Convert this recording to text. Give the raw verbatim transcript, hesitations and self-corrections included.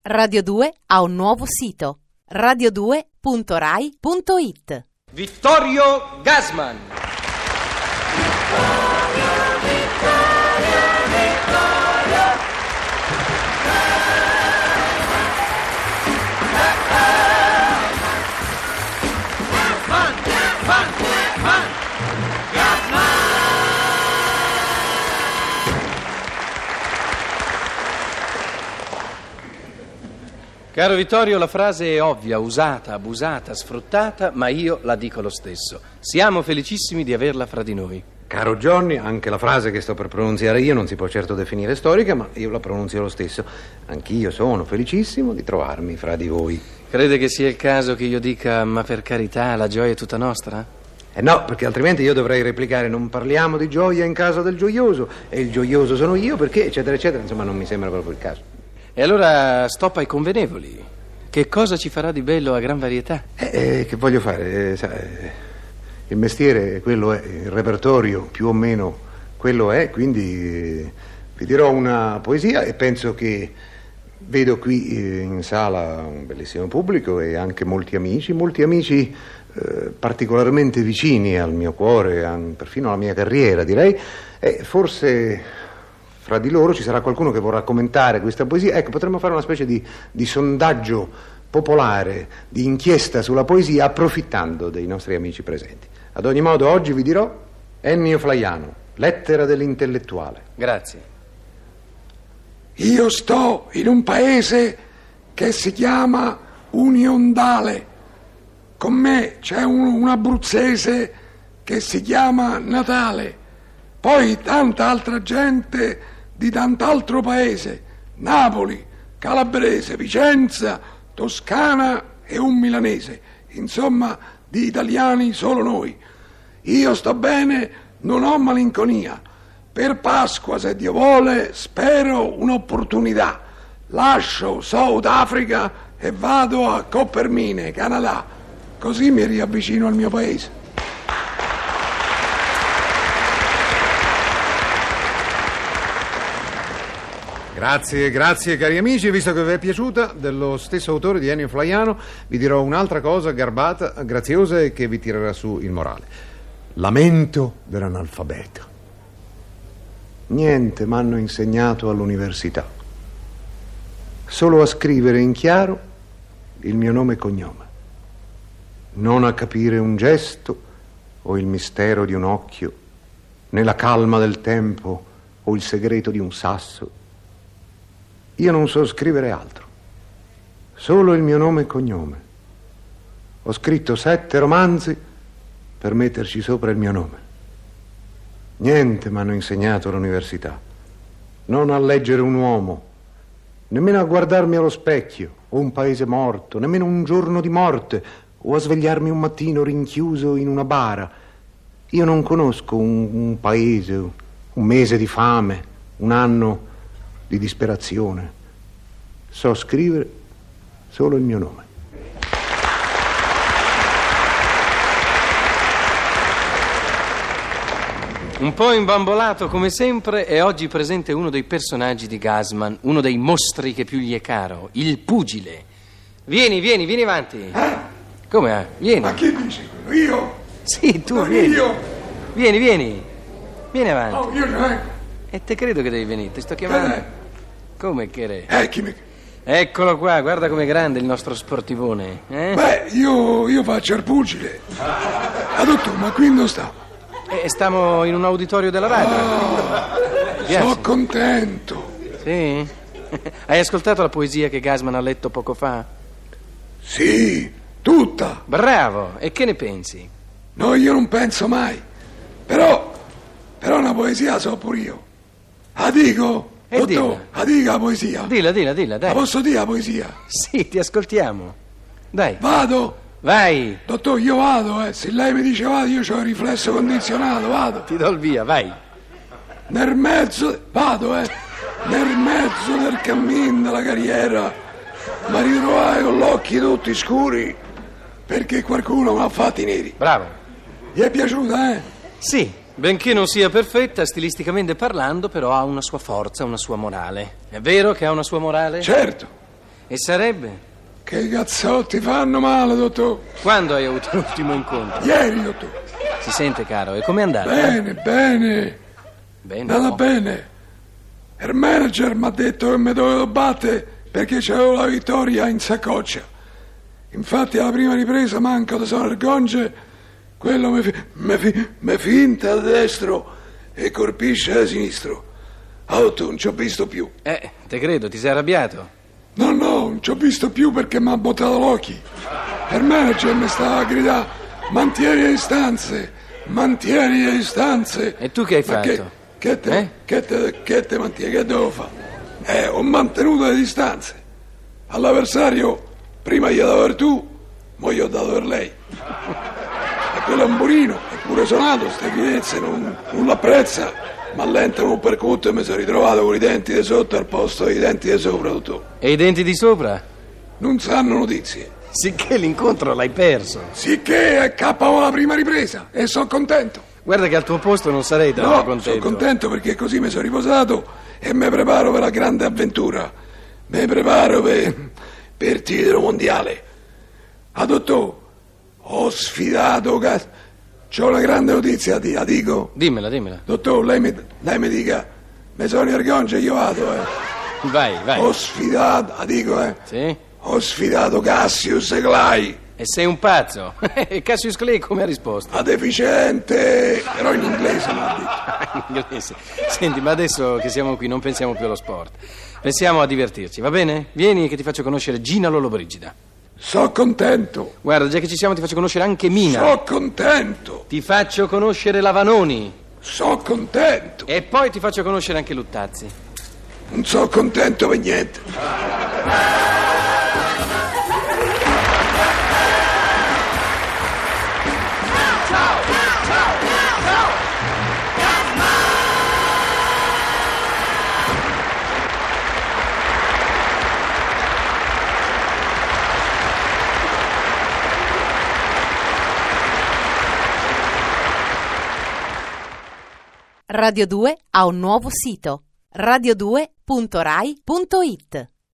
Radio due ha un nuovo sito: radio due punto rai punto it. Vittorio Gassman. Caro Vittorio, la frase è ovvia, usata, abusata, sfruttata, ma io la dico lo stesso. Siamo felicissimi di averla fra di noi. Caro Johnny, anche la frase che sto per pronunziare io non si può certo definire storica, ma io la pronunzio lo stesso. Anch'io sono felicissimo di trovarmi fra di voi. Crede che sia il caso che io dica, ma per carità, la gioia è tutta nostra? Eh no, perché altrimenti io dovrei replicare: non parliamo di gioia in casa del gioioso, e il gioioso sono io, perché eccetera eccetera. Insomma, non mi sembra proprio il caso. E allora stop ai convenevoli. Che cosa ci farà di bello a gran varietà? Eh, eh, che voglio fare? Eh, sa, eh, il mestiere, quello è, il repertorio più o meno quello è, quindi eh, vi dirò una poesia e penso che vedo qui eh, in sala un bellissimo pubblico e anche molti amici, molti amici eh, particolarmente vicini al mio cuore, an, perfino alla mia carriera, direi, e forse fra di loro ci sarà qualcuno che vorrà commentare questa poesia. Ecco, potremmo fare una specie di, di sondaggio popolare, di inchiesta sulla poesia, approfittando dei nostri amici presenti. Ad ogni modo, oggi vi dirò Ennio Flaiano, Lettera dell'intellettuale. Grazie. Io sto in un paese che si chiama Uniondale. Con me c'è un, un abruzzese che si chiama Natale. Poi tanta altra gente di tant'altro paese: Napoli, Calabrese, Vicenza, Toscana e un milanese. Insomma, di italiani solo noi. Io sto bene, non ho malinconia. Per Pasqua, se Dio vuole, spero un'opportunità. Lascio South Africa e vado a Coppermine, Canada. Così mi riavvicino al mio paese. Grazie, grazie cari amici, visto che vi è piaciuta, dello stesso autore di Ennio Flaiano, vi dirò un'altra cosa garbata, graziosa e che vi tirerà su il morale. Lamento dell'analfabeto. Niente m'hanno insegnato all'università, solo a scrivere in chiaro il mio nome e cognome, non a capire un gesto o il mistero di un occhio, né la calma del tempo o il segreto di un sasso. Io non so scrivere altro, solo il mio nome e cognome. Ho scritto sette romanzi per metterci sopra il mio nome. Niente m'hanno insegnato all'università, non a leggere un uomo, nemmeno a guardarmi allo specchio, o un paese morto, nemmeno un giorno di morte, o a svegliarmi un mattino rinchiuso in una bara. Io non conosco un, un paese, un mese di fame, un anno di disperazione. So scrivere solo il mio nome. Un po' imbambolato come sempre è oggi presente uno dei personaggi di Gassman, uno dei mostri che più gli è caro, il pugile. Vieni, vieni, vieni avanti. Eh? Come? Ah? Vieni. Ma chi dici? Io? Sì, tu Ma vieni. io? Vieni, vieni. Vieni avanti. Oh, io non è. E te credo che devi venire, ti sto chiamando. Come che re? Eh, chi mi... Eccolo qua, guarda com'è grande il nostro sportivone. Eh? Beh, io, io faccio il pugile. Ah, dottore, ma qui dove sta? E stiamo in un auditorio della radio. Oh, sono contento. Sì? Hai ascoltato la poesia che Gassman ha letto poco fa? Sì, tutta. Bravo, e che ne pensi? No, io non penso mai. Però, però una poesia so pure io. La dico? E Dottore, la dica la poesia. Dilla, dilla, dilla, dai. La posso dire la poesia? Sì, ti ascoltiamo. Dai. Vado? Vai. Dottore, io vado, eh. Se lei mi dice vado, io ho il riflesso condizionato, vado. Ti do il via, vai. Nel mezzo, vado, eh. Nel mezzo del cammino della carriera mi ritrovai con gli occhi tutti scuri perché qualcuno mi ha fatti neri. Bravo. Gli è piaciuta, eh? Sì. Benché non sia perfetta, stilisticamente parlando, però ha una sua forza, una sua morale. È vero che ha una sua morale? Certo. E sarebbe? Che i cazzotti fanno male, dottor. Quando hai avuto l'ultimo incontro? Ieri, dottor. Si sente, caro, e com'è andata? Bene, bene. Bene. Andata no? bene. Il manager mi ha detto che mi dovevo battere perché c'avevo la vittoria in saccoccia. Infatti alla prima ripresa manco da sono il gonge, quello mi, fi, mi, fi, mi finta da destro e colpisce da sinistro. Oh, tu non ci ho visto più. Eh, te credo, ti sei arrabbiato? No, no, non ci ho visto più perché mi ha bottato l'occhio. Il manager mi stava a gridare: mantieni le distanze, mantieni le distanze. E tu che hai Ma fatto? Che, che, te, eh? che, te, che te mantieni? Che devo fare? Eh, ho mantenuto le distanze. All'avversario prima gli ho dato per tu, mo gli ho dato per lei. E quello è un burino, è pure suonato, ste finezze non, non l'apprezza. Ma allentano un percutto e mi sono ritrovato con i denti di sotto al posto dei denti di sopra, dottore. E i denti di sopra? Non sanno notizie. Sicché l'incontro l'hai perso. Sicché accappavo la prima ripresa e sono contento. Guarda che al tuo posto non sarei tanto No, contento. sono contento perché così mi sono riposato e mi preparo per la grande avventura. Mi preparo per, per il titolo mondiale. Ah, dottore, ho sfidato... Cazzo. C'ho una grande notizia, ti la dico. Dimmela, dimmela. Dottor, lei mi, lei mi dica, mi sono Argonge, io vado, eh. Vai, vai. Ho sfidato, la dico, eh. Sì? Ho sfidato Cassius Clay. E sei un pazzo. E Cassius Clay come ha risposto? A deficiente. Però in inglese l'ha detto. In inglese. Senti, ma adesso che siamo qui non pensiamo più allo sport. Pensiamo a divertirci, va bene? Vieni che ti faccio conoscere Gina Lollobrigida. So contento. Guarda, già che ci siamo ti faccio conoscere anche Mina. So contento. Ti faccio conoscere Lavanoni. So contento. E poi ti faccio conoscere anche Luttazzi. Non so contento per niente. Radio due ha un nuovo sito: radio due punto rai punto it.